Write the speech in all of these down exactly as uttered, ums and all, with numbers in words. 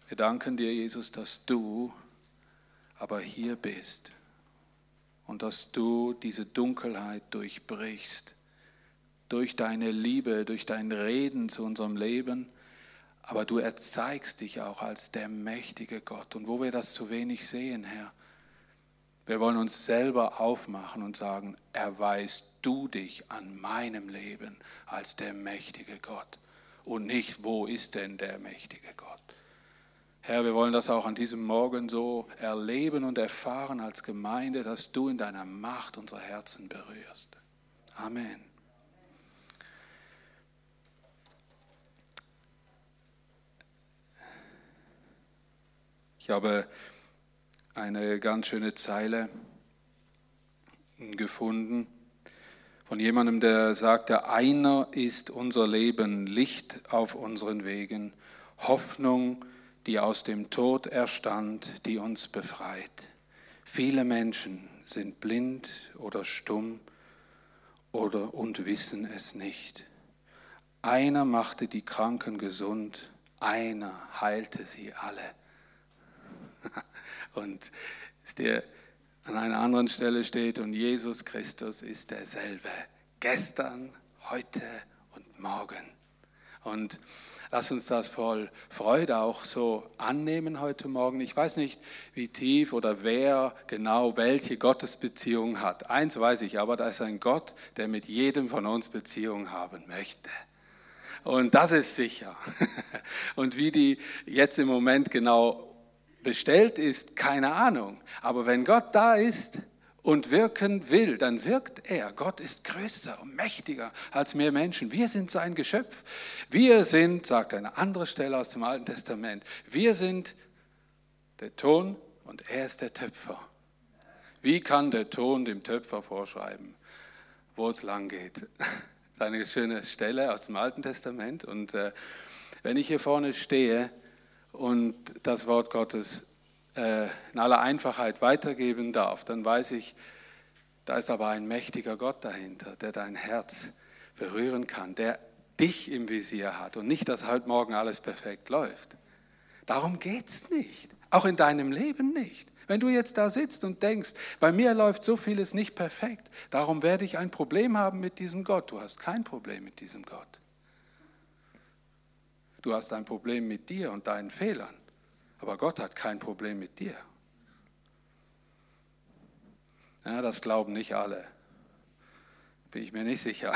Wir danken dir, Jesus, dass du aber hier bist und dass du diese Dunkelheit durchbrichst, durch deine Liebe, durch dein Reden zu unserem Leben, aber du erzeigst dich auch als der mächtige Gott. Und wo wir das zu wenig sehen, Herr, wir wollen uns selber aufmachen und sagen, erweist du dich an meinem Leben als der mächtige Gott und nicht, wo ist denn der mächtige Gott? Herr, wir wollen das auch an diesem Morgen so erleben und erfahren als Gemeinde, dass du in deiner Macht unsere Herzen berührst. Amen. Ich habe eine ganz schöne Zeile gefunden von jemandem, der sagte, einer ist unser Leben, Licht auf unseren Wegen, Hoffnung, die aus dem Tod erstand, die uns befreit. Viele Menschen sind blind oder stumm oder und wissen es nicht. Einer machte die Kranken gesund, einer heilte sie alle. Und es dir an einer anderen Stelle steht, und Jesus Christus ist derselbe, gestern, heute und morgen. Und lass uns das voll Freude auch so annehmen heute Morgen. Ich weiß nicht, wie tief oder wer genau welche Gottesbeziehung hat. Eins weiß ich aber, da ist ein Gott, der mit jedem von uns Beziehung haben möchte. Und das ist sicher. Und wie die jetzt im Moment genau bestellt ist, keine Ahnung. Aber wenn Gott da ist und wirken will, dann wirkt er. Gott ist größer und mächtiger als wir Menschen. Wir sind sein Geschöpf. Wir sind, sagt eine andere Stelle aus dem Alten Testament, wir sind der Ton und er ist der Töpfer. Wie kann der Ton dem Töpfer vorschreiben, wo es lang geht? Das ist eine schöne Stelle aus dem Alten Testament. Und äh, wenn ich hier vorne stehe und das Wort Gottes äh, in aller Einfachheit weitergeben darf, dann weiß ich, da ist aber ein mächtiger Gott dahinter, der dein Herz berühren kann, der dich im Visier hat und nicht, dass heute Morgen alles perfekt läuft. Darum geht es nicht, auch in deinem Leben nicht. Wenn du jetzt da sitzt und denkst, bei mir läuft so vieles nicht perfekt, darum werde ich ein Problem haben mit diesem Gott. Du hast kein Problem mit diesem Gott. Du hast ein Problem mit dir und deinen Fehlern, aber Gott hat kein Problem mit dir. Ja, das glauben nicht alle, bin ich mir nicht sicher.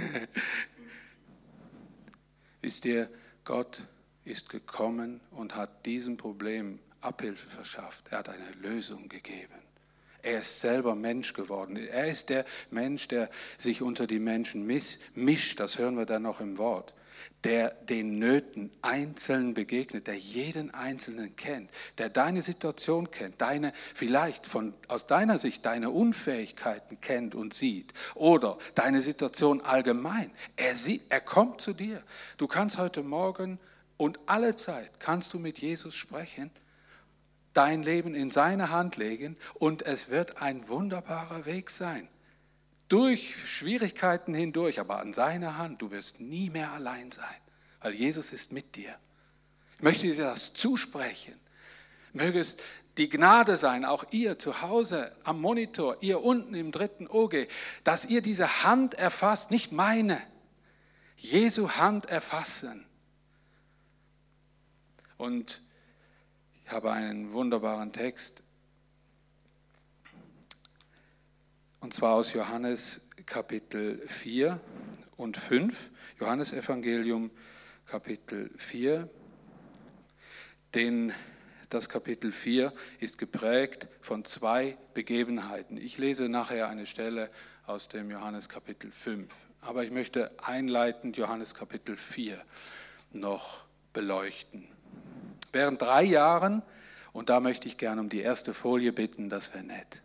Wisst ihr, Gott ist gekommen und hat diesem Problem Abhilfe verschafft. Er hat eine Lösung gegeben. Er ist selber Mensch geworden. Er ist der Mensch, der sich unter die Menschen mischt, das hören wir dann noch im Wort, der den Nöten einzeln begegnet, der jeden Einzelnen kennt, der deine Situation kennt, deine vielleicht von, aus deiner Sicht deine Unfähigkeiten kennt und sieht oder deine Situation allgemein. Er sieht, er kommt zu dir. Du kannst heute Morgen und alle Zeit kannst du mit Jesus sprechen, dein Leben in seine Hand legen und es wird ein wunderbarer Weg sein. Durch Schwierigkeiten hindurch, aber an seiner Hand, du wirst nie mehr allein sein, weil Jesus ist mit dir. Ich möchte dir das zusprechen. Möge es die Gnade sein, auch ihr zu Hause am Monitor, ihr unten im dritten O G, dass ihr diese Hand erfasst, nicht meine, Jesu Hand erfassen. Und ich habe einen wunderbaren Text, und zwar aus Johannes Kapitel vier und fünf, Johannes Evangelium Kapitel vier, denn das Kapitel vier ist geprägt von zwei Begebenheiten. Ich lese nachher eine Stelle aus dem Johannes Kapitel fünf, aber ich möchte einleitend Johannes Kapitel vier noch beleuchten. Während drei Jahren, und da möchte ich gerne um die erste Folie bitten, das wäre nett.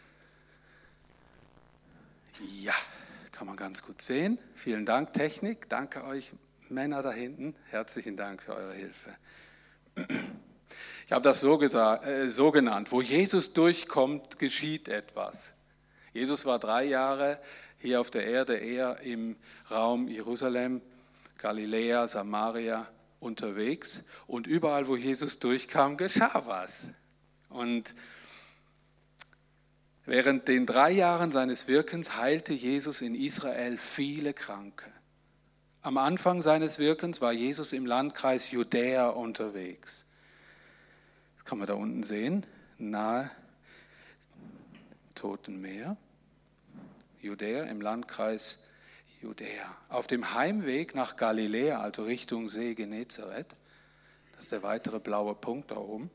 Ja, kann man ganz gut sehen. Vielen Dank, Technik. Danke euch, Männer da hinten. Herzlichen Dank für eure Hilfe. Ich habe das so, gesagt, äh, so genannt. Wo Jesus durchkommt, geschieht etwas. Jesus war drei Jahre hier auf der Erde, eher im Raum Jerusalem, Galiläa, Samaria unterwegs und überall, wo Jesus durchkam, geschah was. Und während den drei Jahren seines Wirkens heilte Jesus in Israel viele Kranke. Am Anfang seines Wirkens war Jesus im Landkreis Judäa unterwegs. Das kann man da unten sehen, nahe Toten Meer. Judäa im Landkreis Judäa. Auf dem Heimweg nach Galiläa, also Richtung See Genezareth, das ist der weitere blaue Punkt da oben,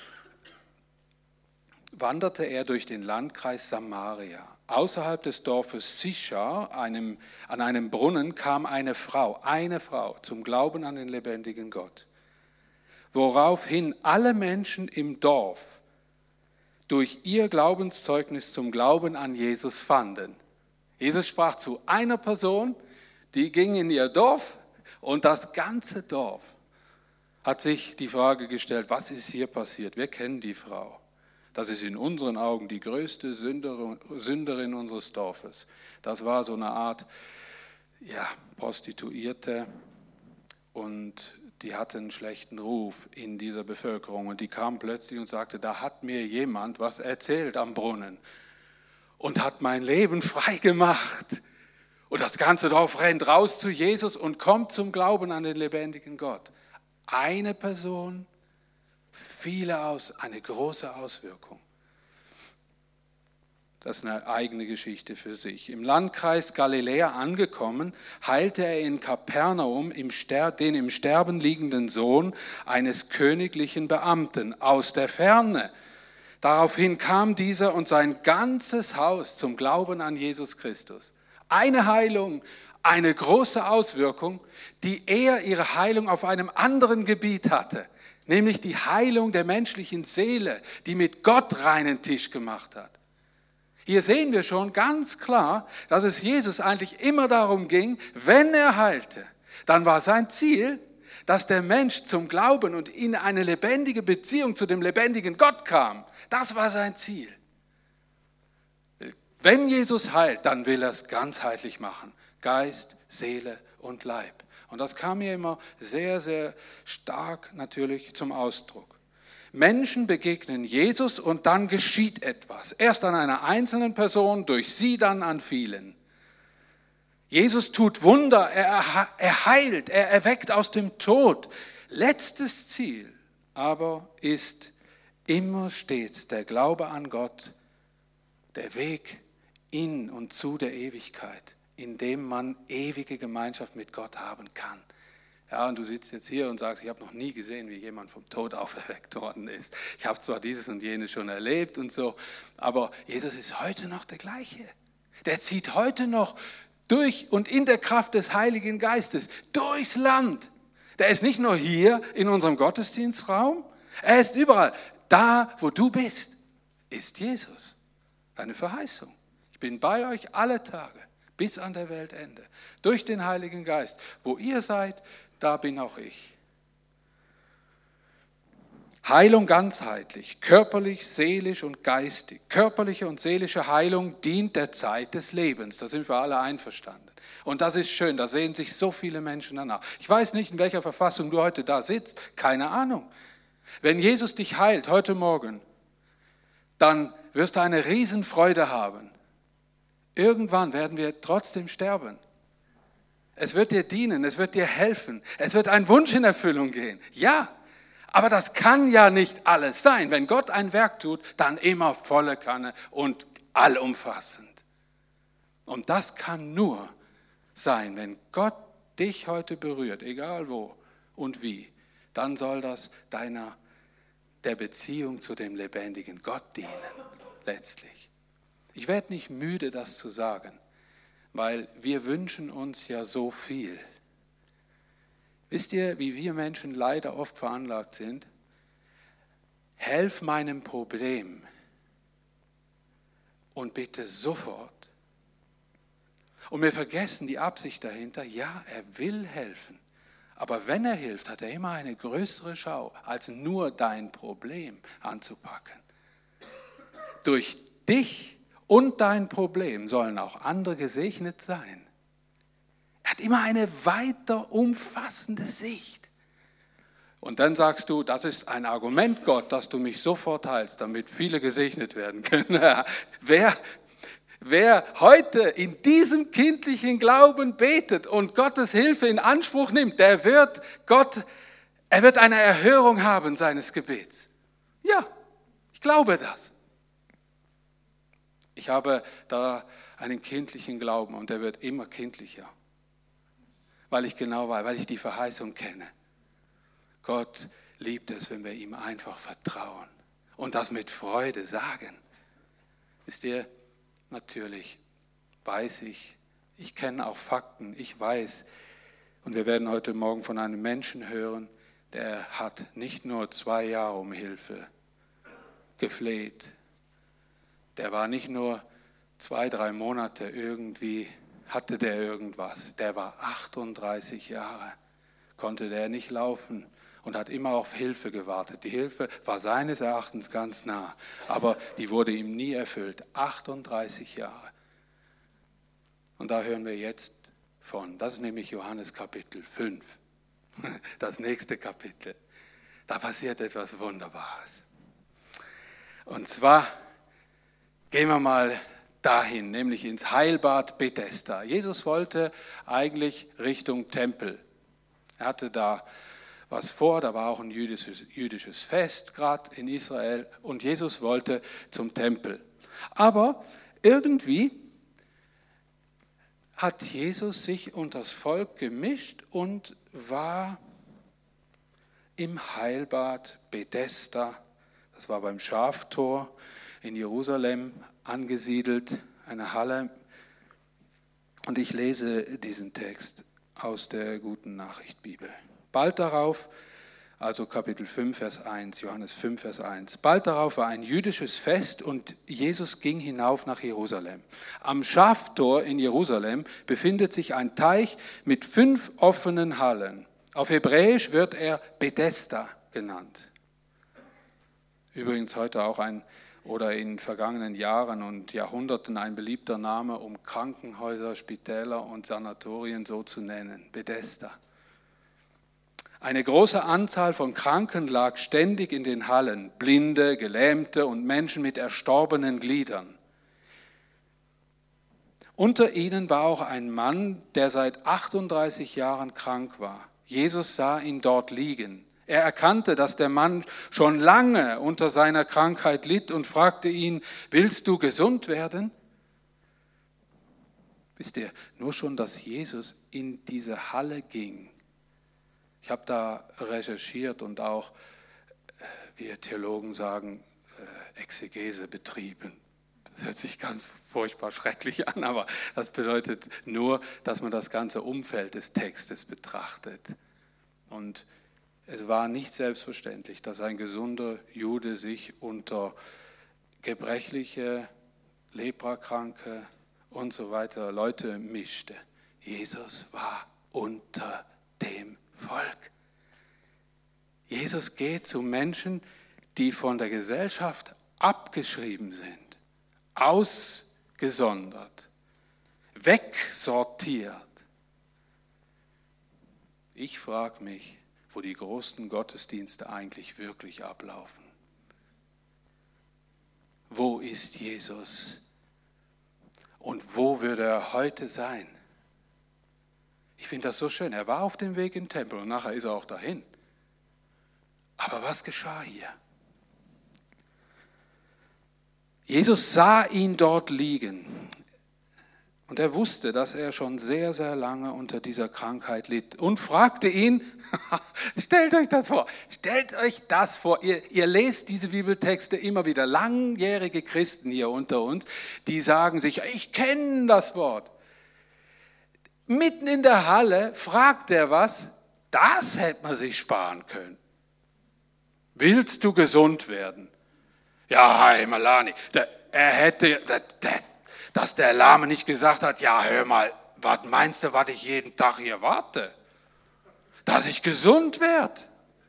wanderte er durch den Landkreis Samaria. Außerhalb des Dorfes Sichar, einem, an einem Brunnen, kam eine Frau, eine Frau zum Glauben an den lebendigen Gott, woraufhin alle Menschen im Dorf durch ihr Glaubenszeugnis zum Glauben an Jesus fanden. Jesus sprach zu einer Person, die ging in ihr Dorf und das ganze Dorf hat sich die Frage gestellt, was ist hier passiert? Wir kennen die Frau. Das ist in unseren Augen die größte Sünderin unseres Dorfes. Das war so eine Art ja, Prostituierte und die hatte einen schlechten Ruf in dieser Bevölkerung. Und die kam plötzlich und sagte, da hat mir jemand was erzählt am Brunnen und hat mein Leben frei gemacht. Und das ganze Dorf rennt raus zu Jesus und kommt zum Glauben an den lebendigen Gott. Eine Person, viele aus, eine große Auswirkung. Das ist eine eigene Geschichte für sich. Im Landkreis Galiläa angekommen, heilte er in Kapernaum im Ster- den im Sterben liegenden Sohn eines königlichen Beamten aus der Ferne. Daraufhin kam dieser und sein ganzes Haus zum Glauben an Jesus Christus. Eine Heilung, eine große Auswirkung, die er ihre Heilung auf einem anderen Gebiet hatte. Nämlich die Heilung der menschlichen Seele, die mit Gott reinen Tisch gemacht hat. Hier sehen wir schon ganz klar, dass es Jesus eigentlich immer darum ging, wenn er heilte, dann war sein Ziel, dass der Mensch zum Glauben und in eine lebendige Beziehung zu dem lebendigen Gott kam. Das war sein Ziel. Wenn Jesus heilt, dann will er es ganzheitlich machen. Geist, Seele und Leib. Und das kam hier immer sehr, sehr stark natürlich zum Ausdruck. Menschen begegnen Jesus und dann geschieht etwas. Erst an einer einzelnen Person, durch sie dann an vielen. Jesus tut Wunder, er, er heilt, er erweckt aus dem Tod. Letztes Ziel aber ist immer stets der Glaube an Gott, der Weg in und zu der Ewigkeit, in dem man ewige Gemeinschaft mit Gott haben kann. Ja, und du sitzt jetzt hier und sagst, ich habe noch nie gesehen, wie jemand vom Tod auferweckt worden ist. Ich habe zwar dieses und jenes schon erlebt und so, aber Jesus ist heute noch der gleiche. Der zieht heute noch durch und in der Kraft des Heiligen Geistes durchs Land. Der ist nicht nur hier in unserem Gottesdienstraum, er ist überall. Da, wo du bist, ist Jesus. Deine Verheißung. Ich bin bei euch alle Tage, bis an der Weltende. Durch den Heiligen Geist. Wo ihr seid, da bin auch ich. Heilung ganzheitlich, körperlich, seelisch und geistig. Körperliche und seelische Heilung dient der Zeit des Lebens. Da sind wir alle einverstanden. Und das ist schön, da sehen sich so viele Menschen danach. Ich weiß nicht, in welcher Verfassung du heute da sitzt, keine Ahnung. Wenn Jesus dich heilt heute Morgen, dann wirst du eine Riesenfreude haben. Irgendwann werden wir trotzdem sterben. Es wird dir dienen, es wird dir helfen, es wird ein Wunsch in Erfüllung gehen. Ja, aber das kann ja nicht alles sein. Wenn Gott ein Werk tut, dann immer volle Kanne und allumfassend. Und das kann nur sein, wenn Gott dich heute berührt, egal wo und wie, dann soll das deiner, der Beziehung zu dem lebendigen Gott dienen, letztlich. Ich werde nicht müde, das zu sagen, weil wir wünschen uns ja so viel. Wisst ihr, wie wir Menschen leider oft veranlagt sind? Helf meinem Problem und bitte sofort. Und wir vergessen die Absicht dahinter, ja, er will helfen. Aber wenn er hilft, hat er immer eine größere Schau, als nur dein Problem anzupacken. Durch dich und dein Problem sollen auch andere gesegnet sein. Er hat immer eine weiter umfassende Sicht. Und dann sagst du, das ist ein Argument, Gott, dass du mich sofort heilst, damit viele gesegnet werden können. Wer, wer heute in diesem kindlichen Glauben betet und Gottes Hilfe in Anspruch nimmt, der wird Gott, er wird eine Erhörung haben seines Gebets. Ja, ich glaube das. Ich habe da einen kindlichen Glauben und der wird immer kindlicher, weil ich genau weiß, weil ich die Verheißung kenne. Gott liebt es, wenn wir ihm einfach vertrauen und das mit Freude sagen. Wisst ihr, natürlich weiß ich, ich kenne auch Fakten, ich weiß, und wir werden heute Morgen von einem Menschen hören, der hat nicht nur zwei Jahre um Hilfe gefleht, der war nicht nur zwei, drei Monate irgendwie, hatte der irgendwas, der war achtunddreißig Jahre, konnte der nicht laufen. Und hat immer auf Hilfe gewartet. Die Hilfe war seines Erachtens ganz nah, aber die wurde ihm nie erfüllt. achtunddreißig Jahre. Und da hören wir jetzt von. Das ist nämlich Johannes Kapitel fünf. Das nächste Kapitel. Da passiert etwas Wunderbares. Und zwar gehen wir mal dahin, nämlich ins Heilbad Bethesda. Jesus wollte eigentlich Richtung Tempel. Er hatte da was vor, da war auch ein jüdisches, jüdisches Fest gerade in Israel und Jesus wollte zum Tempel. Aber irgendwie hat Jesus sich unter das Volk gemischt und war im Heilbad Bethesda, das war beim Schaftor in Jerusalem angesiedelt, eine Halle. Und ich lese diesen Text aus der Guten Nachricht Bibel. Bald darauf, also Kapitel fünf, Vers eins, Johannes fünf, Vers eins. Bald darauf war ein jüdisches Fest und Jesus ging hinauf nach Jerusalem. Am Schaftor in Jerusalem befindet sich ein Teich mit fünf offenen Hallen. Auf Hebräisch wird er Bethesda genannt. Übrigens heute auch ein oder in vergangenen Jahren und Jahrhunderten ein beliebter Name, um Krankenhäuser, Spitäler und Sanatorien so zu nennen, Bethesda. Eine große Anzahl von Kranken lag ständig in den Hallen, Blinde, Gelähmte und Menschen mit erstorbenen Gliedern. Unter ihnen war auch ein Mann, der seit achtunddreißig Jahren krank war. Jesus sah ihn dort liegen. Er erkannte, dass der Mann schon lange unter seiner Krankheit litt und fragte ihn, willst du gesund werden? Wisst ihr, nur schon, dass Jesus in diese Halle ging. Ich habe da recherchiert und auch, wir Theologen sagen, Exegese betrieben. Das hört sich ganz furchtbar schrecklich an, aber das bedeutet nur, dass man das ganze Umfeld des Textes betrachtet. Und es war nicht selbstverständlich, dass ein gesunder Jude sich unter gebrechliche, Leprakranke und so weiter Leute mischte. Jesus war unter dem Volk. Jesus geht zu Menschen, die von der Gesellschaft abgeschrieben sind, ausgesondert, wegsortiert. Ich frage mich, wo die großen Gottesdienste eigentlich wirklich ablaufen. Wo ist Jesus? Und wo würde er heute sein? Ich finde das so schön. Er war auf dem Weg in den Tempel und nachher ist er auch dahin. Aber was geschah hier? Jesus sah ihn dort liegen und er wusste, dass er schon sehr, sehr lange unter dieser Krankheit litt und fragte ihn, stellt euch das vor, stellt euch das vor, ihr, ihr lest diese Bibeltexte immer wieder, langjährige Christen hier unter uns, die sagen sich, ich kenne das Wort. Mitten in der Halle fragt er was, das hätte man sich sparen können. Willst du gesund werden? Ja, hey Malani, der, er hätte, der, der, dass der Lahme nicht gesagt hat, ja hör mal, was meinst du, was ich jeden Tag hier warte? Dass ich gesund werde?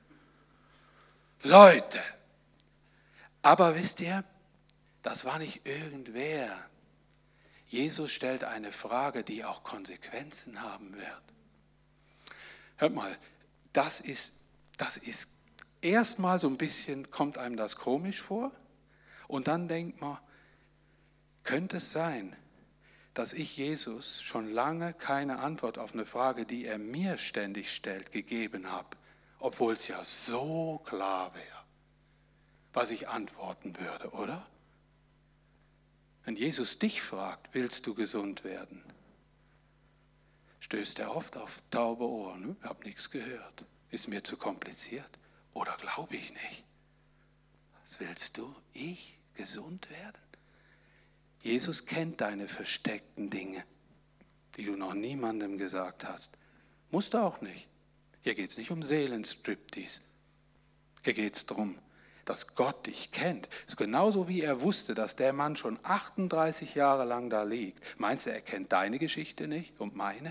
Leute, aber wisst ihr, das war nicht irgendwer. Jesus stellt eine Frage, die auch Konsequenzen haben wird. Hört mal, das ist das ist erstmal so ein bisschen, kommt einem das komisch vor und dann denkt man, könnte es sein, dass ich Jesus schon lange keine Antwort auf eine Frage, die er mir ständig stellt, gegeben habe, obwohl es ja so klar wäre, was ich antworten würde, oder? Wenn Jesus dich fragt, willst du gesund werden, stößt er oft auf taube Ohren. Ich habe nichts gehört, ist mir zu kompliziert oder glaube ich nicht. Was willst du? Ich gesund werden? Jesus kennt deine versteckten Dinge, die du noch niemandem gesagt hast. Musst du auch nicht. Hier geht es nicht um Seelenstriptease. Hier geht es darum, dass Gott dich kennt. Es ist genauso wie er wusste, dass der Mann schon achtunddreißig Jahre lang da liegt. Meinst du, er kennt deine Geschichte nicht und meine?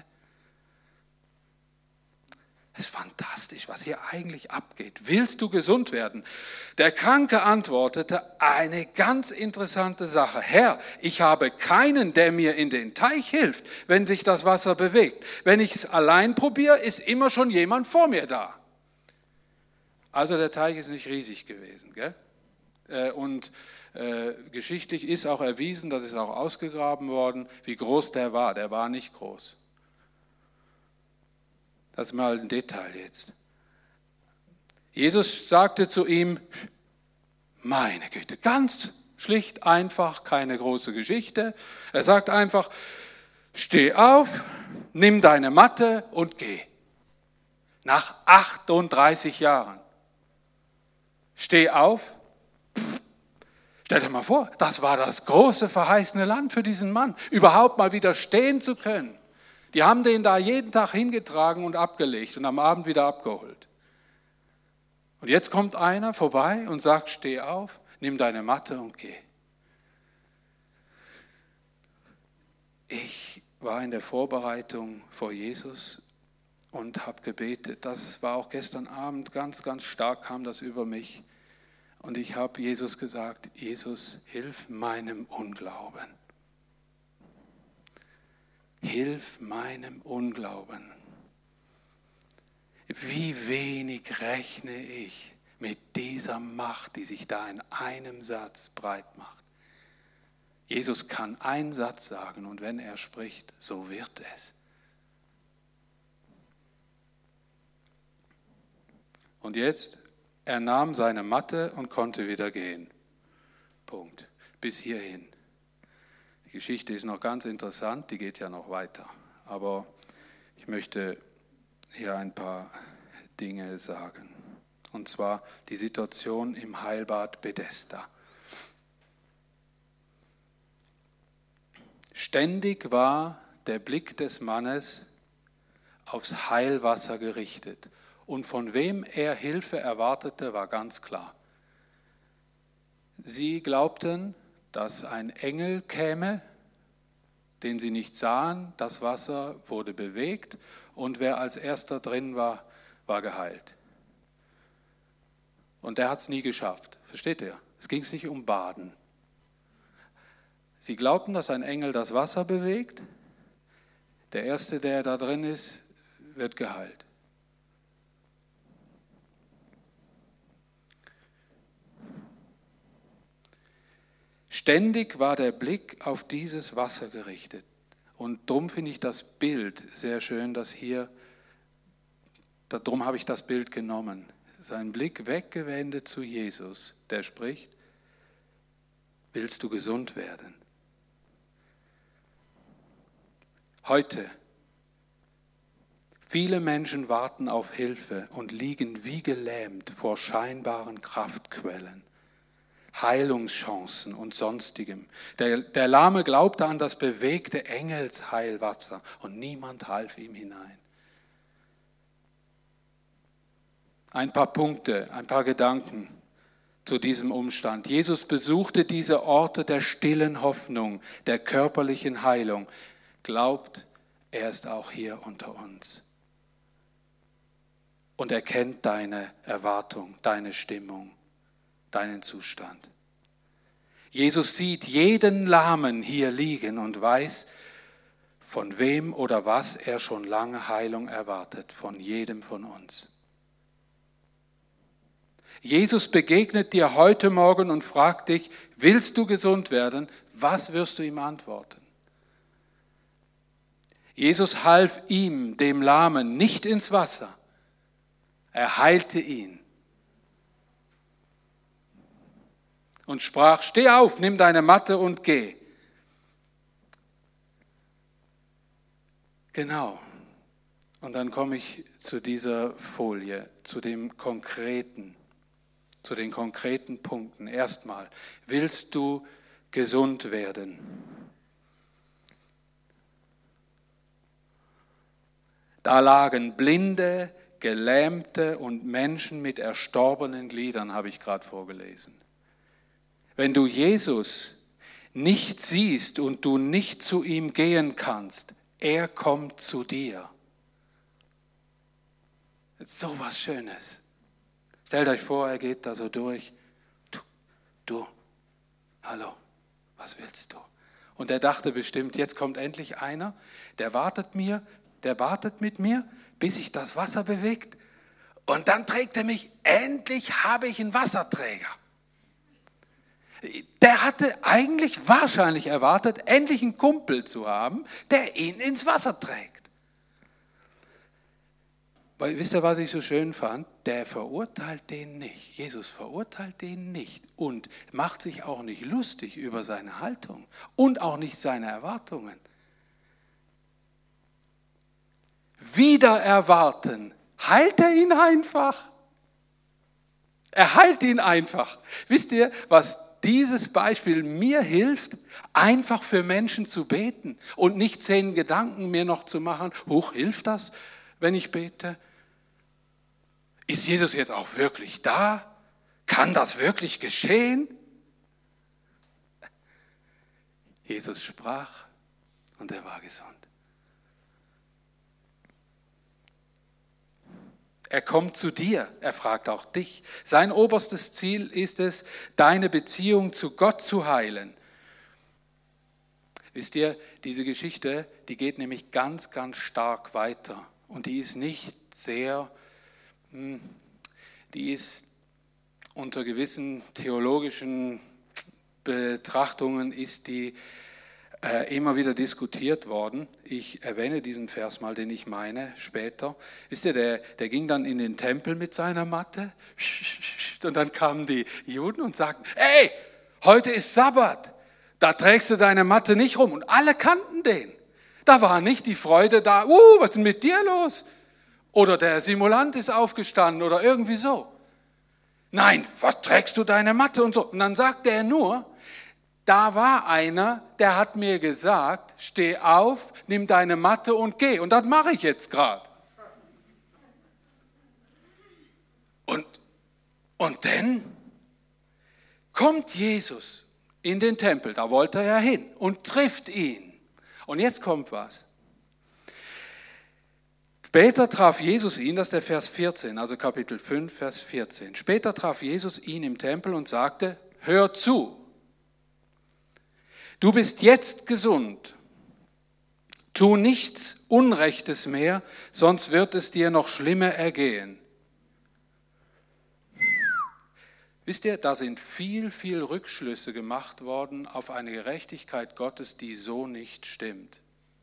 Es ist fantastisch, was hier eigentlich abgeht. Willst du gesund werden? Der Kranke antwortete, eine ganz interessante Sache. Herr, ich habe keinen, der mir in den Teich hilft, wenn sich das Wasser bewegt. Wenn ich es allein probiere, ist immer schon jemand vor mir da. Also der Teich ist nicht riesig gewesen, gell? Und äh, geschichtlich ist auch erwiesen, das ist auch ausgegraben worden, wie groß der war. Der war nicht groß. Das ist mal ein Detail jetzt. Jesus sagte zu ihm, meine Güte, ganz schlicht, einfach, keine große Geschichte. Er sagt einfach, steh auf, nimm deine Matte und geh. Nach achtunddreißig Jahren. Steh auf. Pff, stell dir mal vor, das war das große verheißene Land für diesen Mann, überhaupt mal wieder stehen zu können. Die haben den da jeden Tag hingetragen und abgelegt und am Abend wieder abgeholt. Und jetzt kommt einer vorbei und sagt, steh auf, nimm deine Matte und geh. Ich war in der Vorbereitung vor Jesus und habe gebetet. Das war auch gestern Abend, ganz, ganz stark kam das über mich. Und ich habe Jesus gesagt, Jesus, hilf meinem Unglauben. Hilf meinem Unglauben. Wie wenig rechne ich mit dieser Macht, die sich da in einem Satz breit macht. Jesus kann einen Satz sagen und wenn er spricht, so wird es. Und jetzt, er nahm seine Matte und konnte wieder gehen. Punkt. Bis hierhin. Die Geschichte ist noch ganz interessant, die geht ja noch weiter. Aber ich möchte hier ein paar Dinge sagen. Und zwar die Situation im Heilbad Bethesda. Ständig war der Blick des Mannes aufs Heilwasser gerichtet. Und von wem er Hilfe erwartete, war ganz klar. Sie glaubten, dass ein Engel käme, den sie nicht sahen. Das Wasser wurde bewegt und wer als erster drin war, war geheilt. Und der hat es nie geschafft. Versteht ihr? Es ging nicht um Baden. Sie glaubten, dass ein Engel das Wasser bewegt. Der Erste, der da drin ist, wird geheilt. Ständig war der Blick auf dieses Wasser gerichtet. Und darum finde ich das Bild sehr schön, dass hier, darum habe ich das Bild genommen. Sein Blick weggewendet zu Jesus, der spricht, willst du gesund werden? Heute, viele Menschen warten auf Hilfe und liegen wie gelähmt vor scheinbaren Kraftquellen. Heilungschancen und Sonstigem. Der, der Lahme glaubte an das bewegte Engelsheilwasser und niemand half ihm hinein. Ein paar Punkte, ein paar Gedanken zu diesem Umstand. Jesus besuchte diese Orte der stillen Hoffnung, der körperlichen Heilung. Glaubt, er ist auch hier unter uns. Und er kennt deine Erwartung, deine Stimmung, deinen Zustand. Jesus sieht jeden Lahmen hier liegen und weiß, von wem oder was er schon lange Heilung erwartet, von jedem von uns. Jesus begegnet dir heute Morgen und fragt dich, willst du gesund werden? Was wirst du ihm antworten? Jesus half ihm, dem Lahmen, nicht ins Wasser. Er heilte ihn und sprach, steh auf, nimm deine Matte und geh. Genau. Und dann komme ich zu dieser Folie, zu dem Konkreten, zu den konkreten Punkten. Erstmal, willst du gesund werden? Da lagen Blinde, Gelähmte und Menschen mit erstorbenen Gliedern, habe ich gerade vorgelesen. Wenn du Jesus nicht siehst und du nicht zu ihm gehen kannst, er kommt zu dir. Das ist so was Schönes. Stellt euch vor, er geht da so durch. Du, du, hallo, was willst du? Und er dachte bestimmt, jetzt kommt endlich einer, der wartet mir, der wartet mit mir, bis sich das Wasser bewegt. Und dann trägt er mich, endlich habe ich einen Wasserträger. Der hatte eigentlich wahrscheinlich erwartet, endlich einen Kumpel zu haben, der ihn ins Wasser trägt. Weil, wisst ihr, was ich so schön fand? Der verurteilt den nicht. Jesus verurteilt den nicht und macht sich auch nicht lustig über seine Haltung und auch nicht seine Erwartungen. Wieder erwarten, heilt er ihn einfach. Er heilt ihn einfach. Wisst ihr, was dieses Beispiel mir hilft, einfach für Menschen zu beten und nicht zehn Gedanken mir noch zu machen, hoch, hilft das, wenn ich bete? Ist Jesus jetzt auch wirklich da? Kann das wirklich geschehen? Jesus sprach und er war gesund. Er kommt zu dir, er fragt auch dich. Sein oberstes Ziel ist es, deine Beziehung zu Gott zu heilen. Wisst ihr, diese Geschichte, die geht nämlich ganz, ganz stark weiter. Und die ist nicht sehr, die ist unter gewissen theologischen Betrachtungen ist die äh, immer wieder diskutiert worden. Ich erwähne diesen Vers mal, den ich meine, später. Wisst ihr, der, der ging dann in den Tempel mit seiner Matte und dann kamen die Juden und sagten, ey, heute ist Sabbat, da trägst du deine Matte nicht rum. Und alle kannten den. Da war nicht die Freude da, uh, was ist denn mit dir los? Oder der Simulant ist aufgestanden oder irgendwie so. Nein, was trägst du deine Matte und so? Und dann sagte er nur, da war einer, der hat mir gesagt, steh auf, nimm deine Matte und geh. Und das mache ich jetzt gerade. Und, und dann kommt Jesus in den Tempel, da wollte er ja hin, und trifft ihn. Und jetzt kommt was. Später traf Jesus ihn, das ist der Vers vierzehn, also Kapitel fünf, Vers vierzehn. Später traf Jesus ihn im Tempel und sagte, hör zu. Du bist jetzt gesund. Tu nichts Unrechtes mehr, sonst wird es dir noch schlimmer ergehen. Wisst ihr, da sind viel, viel Rückschlüsse gemacht worden auf eine Gerechtigkeit Gottes, die so nicht stimmt.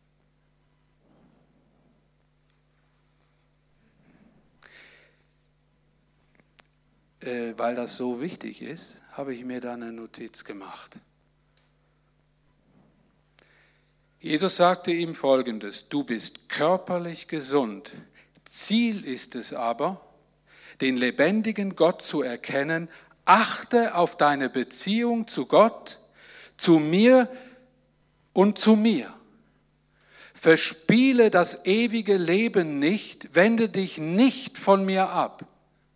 Äh, weil das so wichtig ist, habe ich mir da eine Notiz gemacht. Jesus sagte ihm Folgendes, du bist körperlich gesund. Ziel ist es aber, den lebendigen Gott zu erkennen. Achte auf deine Beziehung zu Gott, zu mir und zu mir. Verspiele das ewige Leben nicht, wende dich nicht von mir ab.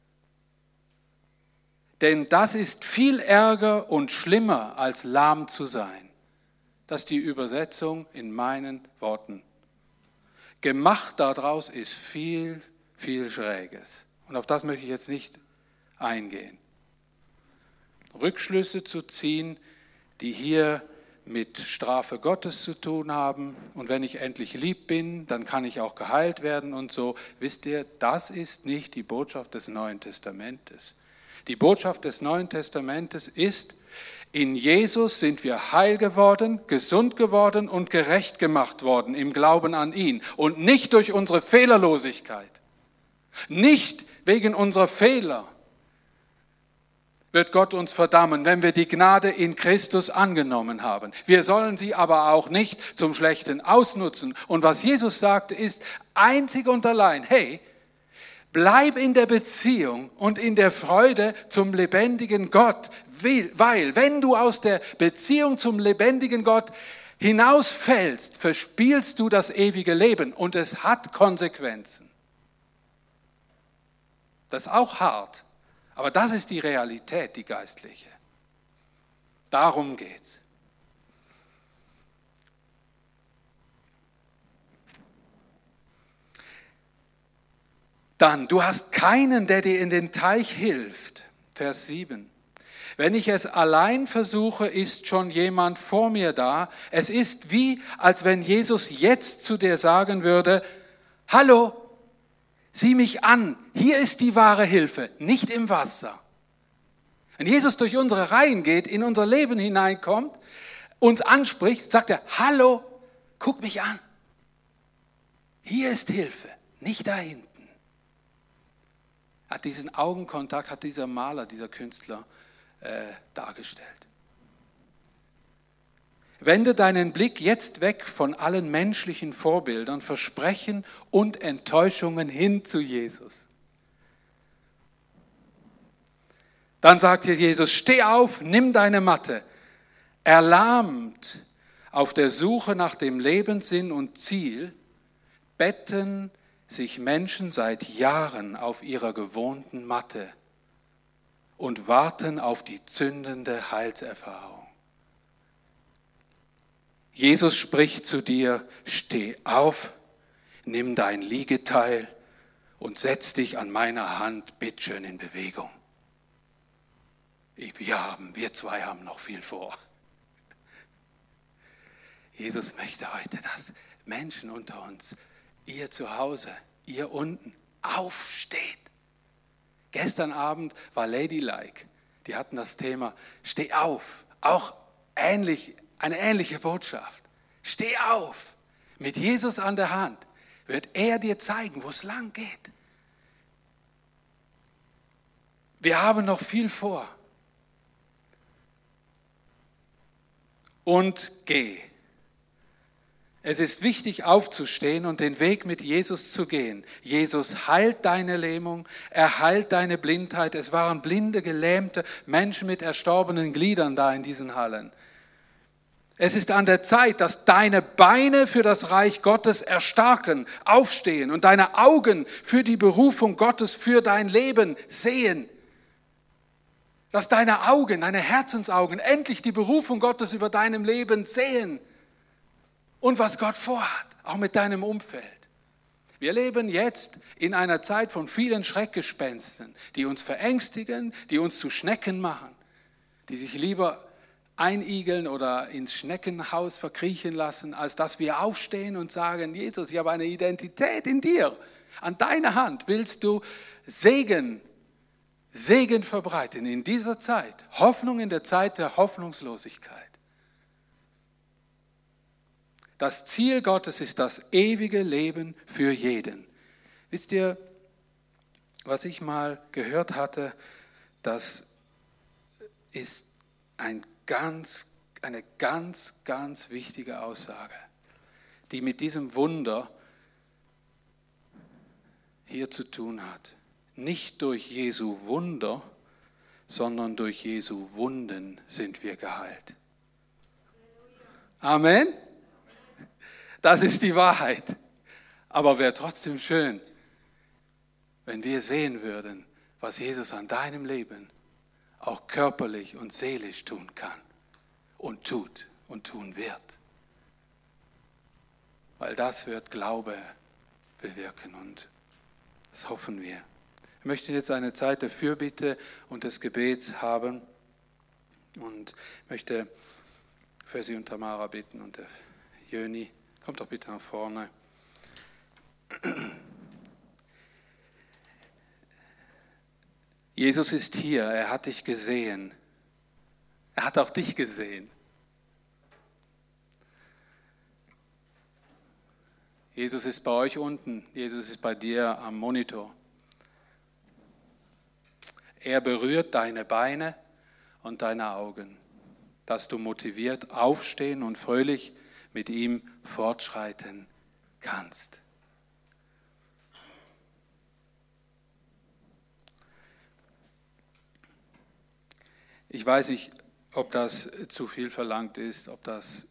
Denn das ist viel ärger und schlimmer, als lahm zu sein. Das ist die Übersetzung in meinen Worten. Gemacht daraus ist viel, viel Schräges. Und auf das möchte ich jetzt nicht eingehen. Rückschlüsse zu ziehen, die hier mit Strafe Gottes zu tun haben. Und wenn ich endlich lieb bin, dann kann ich auch geheilt werden und so. Wisst ihr, das ist nicht die Botschaft des Neuen Testamentes. Die Botschaft des Neuen Testamentes ist, in Jesus sind wir heil geworden, gesund geworden und gerecht gemacht worden im Glauben an ihn. Und nicht durch unsere Fehlerlosigkeit, nicht wegen unserer Fehler wird Gott uns verdammen, wenn wir die Gnade in Christus angenommen haben. Wir sollen sie aber auch nicht zum Schlechten ausnutzen. Und was Jesus sagte, ist einzig und allein, hey, bleib in der Beziehung und in der Freude zum lebendigen Gott, weil wenn du aus der Beziehung zum lebendigen Gott hinausfällst, verspielst du das ewige Leben und es hat Konsequenzen. Das ist auch hart, aber das ist die Realität, die geistliche. Darum geht's. Dann, du hast keinen, der dir in den Teich hilft. Vers sieben. Wenn ich es allein versuche, ist schon jemand vor mir da. Es ist wie, als wenn Jesus jetzt zu dir sagen würde, hallo, sieh mich an, hier ist die wahre Hilfe, nicht im Wasser. Wenn Jesus durch unsere Reihen geht, in unser Leben hineinkommt, uns anspricht, sagt er, hallo, guck mich an. Hier ist Hilfe, nicht da hinten. Hat diesen Augenkontakt, hat dieser Maler, dieser Künstler äh, dargestellt. Wende deinen Blick jetzt weg von allen menschlichen Vorbildern, Versprechen und Enttäuschungen hin zu Jesus. Dann sagt dir Jesus, steh auf, nimm deine Matte. Erlahmt auf der Suche nach dem Lebenssinn und Ziel, betten sich Menschen seit Jahren auf ihrer gewohnten Matte und warten auf die zündende Heilserfahrung. Jesus spricht zu dir, steh auf, nimm dein Liegeteil und setz dich an meiner Hand bitteschön in Bewegung. Wir haben, wir zwei haben noch viel vor. Jesus möchte heute, dass Menschen unter uns, ihr zu Hause, ihr unten, aufsteht. Gestern Abend war Ladylike, die hatten das Thema, steh auf, auch ähnlich, eine ähnliche Botschaft. Steh auf, mit Jesus an der Hand wird er dir zeigen, wo es lang geht. Wir haben noch viel vor. Und geh. Es ist wichtig, aufzustehen und den Weg mit Jesus zu gehen. Jesus heilt deine Lähmung, er heilt deine Blindheit. Es waren blinde, gelähmte Menschen mit erstorbenen Gliedern da in diesen Hallen. Es ist an der Zeit, dass deine Beine für das Reich Gottes erstarken, aufstehen und deine Augen für die Berufung Gottes, für dein Leben sehen. Dass deine Augen, deine Herzensaugen endlich die Berufung Gottes über deinem Leben sehen. Und was Gott vorhat, auch mit deinem Umfeld. Wir leben jetzt in einer Zeit von vielen Schreckgespensten, die uns verängstigen, die uns zu Schnecken machen, die sich lieber einigeln oder ins Schneckenhaus verkriechen lassen, als dass wir aufstehen und sagen, Jesus, ich habe eine Identität in dir. An deiner Hand willst du Segen, Segen verbreiten in dieser Zeit, Hoffnung in der Zeit der Hoffnungslosigkeit. Das Ziel Gottes ist das ewige Leben für jeden. Wisst ihr, was ich mal gehört hatte, das ist ein ganz, eine ganz, ganz wichtige Aussage, die mit diesem Wunder hier zu tun hat. Nicht durch Jesu Wunder, sondern durch Jesu Wunden sind wir geheilt. Amen. Das ist die Wahrheit. Aber wäre trotzdem schön, wenn wir sehen würden, was Jesus an deinem Leben auch körperlich und seelisch tun kann und tut und tun wird. Weil das wird Glaube bewirken und das hoffen wir. Ich möchte jetzt eine Zeit der Fürbitte und des Gebets haben und möchte für Sie und Tamara bitten und der Jöni. Kommt doch bitte nach vorne. Jesus ist hier, er hat dich gesehen. Er hat auch dich gesehen. Jesus ist bei euch unten, Jesus ist bei dir am Monitor. Er berührt deine Beine und deine Augen, dass du motiviert aufstehen und fröhlich mit ihm fortschreiten kannst. Ich weiß nicht, ob das zu viel verlangt ist, ob das...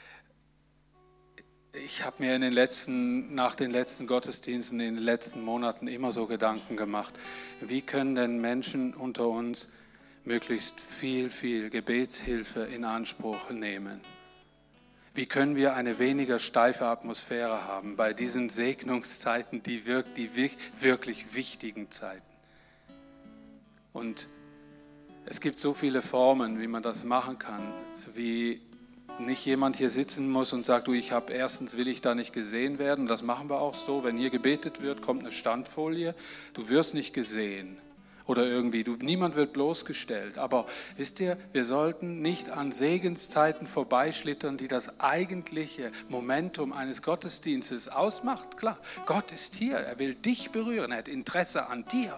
Ich habe mir in den letzten, nach den letzten Gottesdiensten, in den letzten Monaten immer so Gedanken gemacht, wie können denn Menschen unter uns möglichst viel, viel Gebetshilfe in Anspruch nehmen? Wie können wir eine weniger steife Atmosphäre haben bei diesen Segnungszeiten, die, wirk, die wirklich wichtigen Zeiten? Und es gibt so viele Formen, wie man das machen kann, wie nicht jemand hier sitzen muss und sagt, du, ich habe erstens will ich da nicht gesehen werden. Das machen wir auch so, wenn hier gebetet wird, kommt eine Standfolie, du wirst nicht gesehen oder irgendwie, du, niemand wird bloßgestellt. Aber wisst ihr, wir sollten nicht an Segenszeiten vorbeischlittern, die das eigentliche Momentum eines Gottesdienstes ausmacht. Klar, Gott ist hier, er will dich berühren, er hat Interesse an dir.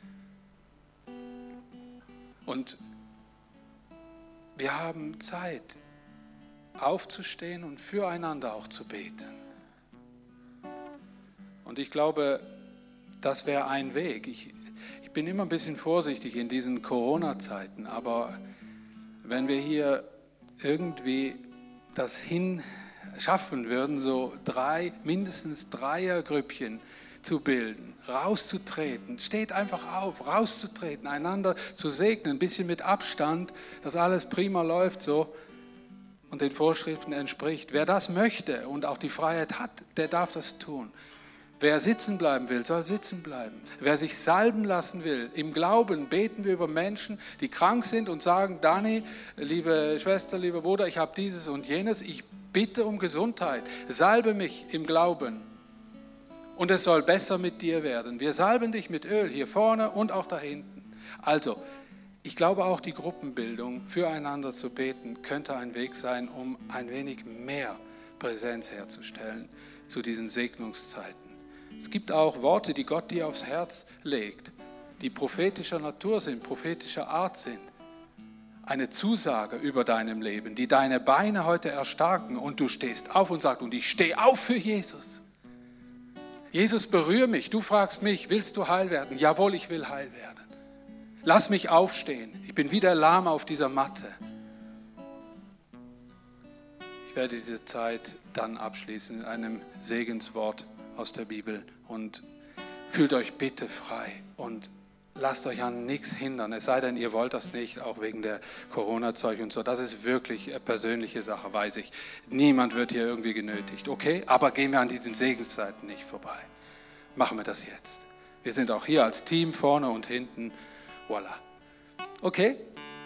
Und wir haben Zeit, aufzustehen und füreinander auch zu beten. Und ich glaube, das wäre ein Weg. Ich, ich bin immer ein bisschen vorsichtig in diesen Corona-Zeiten, aber wenn wir hier irgendwie das hinschaffen würden, so drei, mindestens Dreiergrüppchen zu bilden, rauszutreten, steht einfach auf, rauszutreten, einander zu segnen, ein bisschen mit Abstand, dass alles prima läuft so und den Vorschriften entspricht. Wer das möchte und auch die Freiheit hat, der darf das tun. Wer sitzen bleiben will, soll sitzen bleiben. Wer sich salben lassen will, im Glauben beten wir über Menschen, die krank sind und sagen, Dani, liebe Schwester, lieber Bruder, ich habe dieses und jenes, ich bitte um Gesundheit, salbe mich im Glauben. Und es soll besser mit dir werden. Wir salben dich mit Öl hier vorne und auch da hinten. Also, ich glaube auch die Gruppenbildung, füreinander zu beten, könnte ein Weg sein, um ein wenig mehr Präsenz herzustellen zu diesen Segnungszeiten. Es gibt auch Worte, die Gott dir aufs Herz legt, die prophetischer Natur sind, prophetischer Art sind. Eine Zusage über deinem Leben, die deine Beine heute erstarken und du stehst auf und sagst, und ich stehe auf für Jesus. Jesus, berühre mich. Du fragst mich, willst du heil werden? Jawohl, ich will heil werden. Lass mich aufstehen. Ich bin wieder lahm auf dieser Matte. Ich werde diese Zeit dann abschließen in einem Segenswort aus der Bibel. Und fühlt euch bitte frei und lasst euch an nichts hindern. Es sei denn, ihr wollt das nicht, auch wegen der Corona-Zeug und so. Das ist wirklich eine persönliche Sache, weiß ich. Niemand wird hier irgendwie genötigt, okay? Aber gehen wir an diesen Segenszeiten nicht vorbei. Machen wir das jetzt. Wir sind auch hier als Team, vorne und hinten. Voilà. Okay?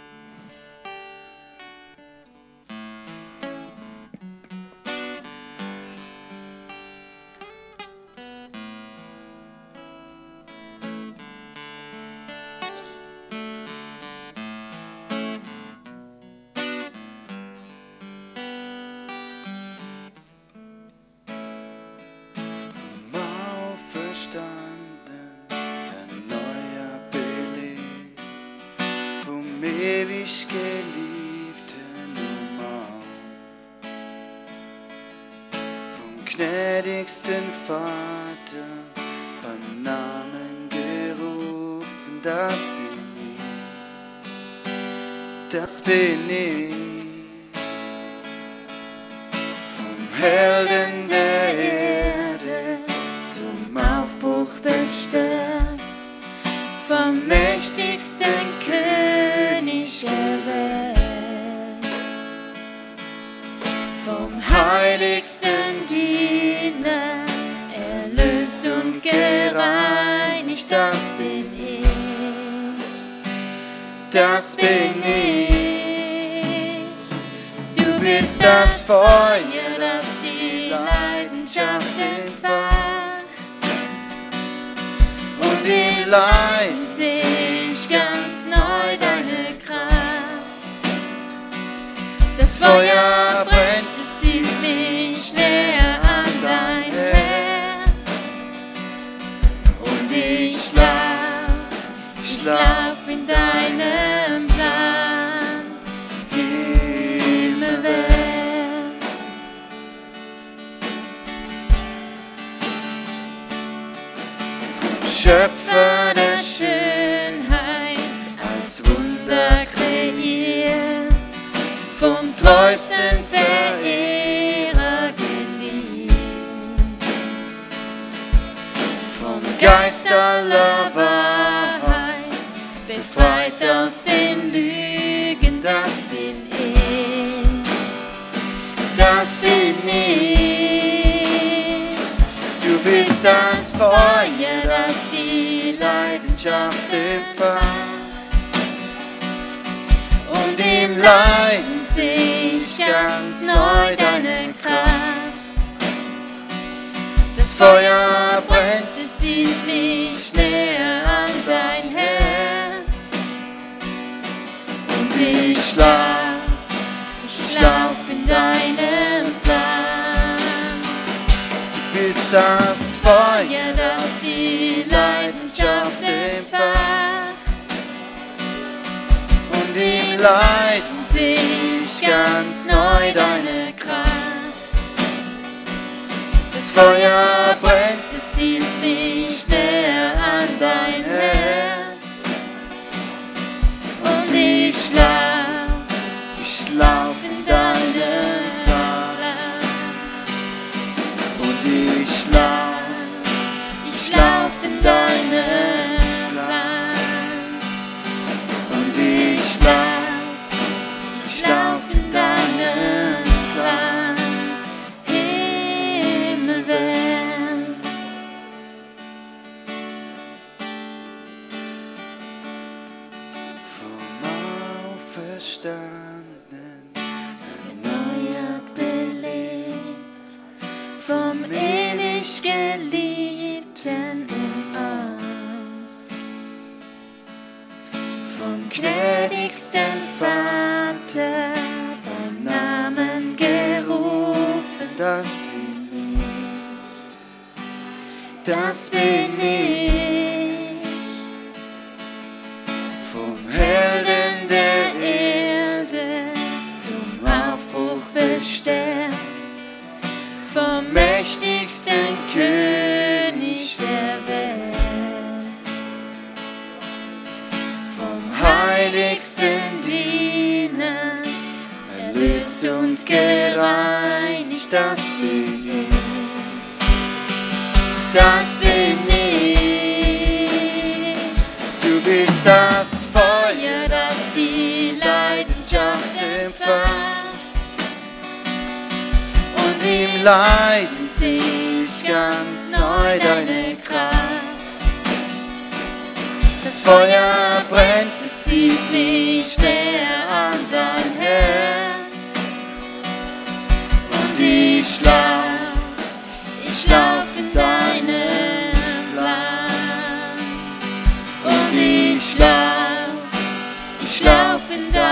ewig geliebten Nummer, vom gnädigsten Vater beim Namen gerufen, das bin ich, das bin ich, vom Helden der Erde zum Aufbruch bestärkt, vom mächtigsten König erwählt, vom heiligsten Diener erlöst und gereinigt, das bin ich, das bin ich. Du bist das Feuer, das die Leidenschaft entfacht und die Leidenschaft deine Kraft. Das Feuer brennt, es zieht mich näher an dein Herz. Und ich schlaf, ich schlaf in deinem Plan, himmelwärts. Vom Schöpfer der Schönheit als Wunder kreiert, vom treuesten Verehrer geliebt, vom Geist aller Wahrheit befreit aus den Lügen. Das bin ich, das bin ich. Du bist das Feuer, das die Leidenschaft empfand. Und im Leiden seh ich ganz neu deine Kraft. Das Feuer brennt, es zieht mich näher an dein Herz. Und ich schlaf, ich schlaf in deinem Plan. Du bist das Feuer, das die Leidenschaft empfacht. Und im Leiden seh ich ganz neu deine Kraft. Das Feuer brennt, es zieht mich näher an dein Herz. Und ich schlaf, ich schlaf in deinem Plan. Und ich schlaf, ich schlaf in deinem Plan. Und ich schlaf, ich schlaf in deinem Plan, himmelwärts. Vom Auferstandenen erneuert belebt, vom ewig Geliebten umarmt, vom gnädigsten Vater beim Namen gerufen. Das bin ich, das bin ich, vom Helden der Erde zum Aufbruch bestärkt, vom mächtigsten König der Welt, vom heiligsten Diener, erlöst und gereinigt. Das bin ich, das bin ich. Du bist das Feuer, das die Leidenschaft empfacht. Und im Leiden seh ich ganz neu deine Kraft. Das Feuer brennt, es zieht mich näher an dein Herz. Und ich schlaf, ich schlaf in deinem Plan. Und ich schlaf, ich schlaf in deinem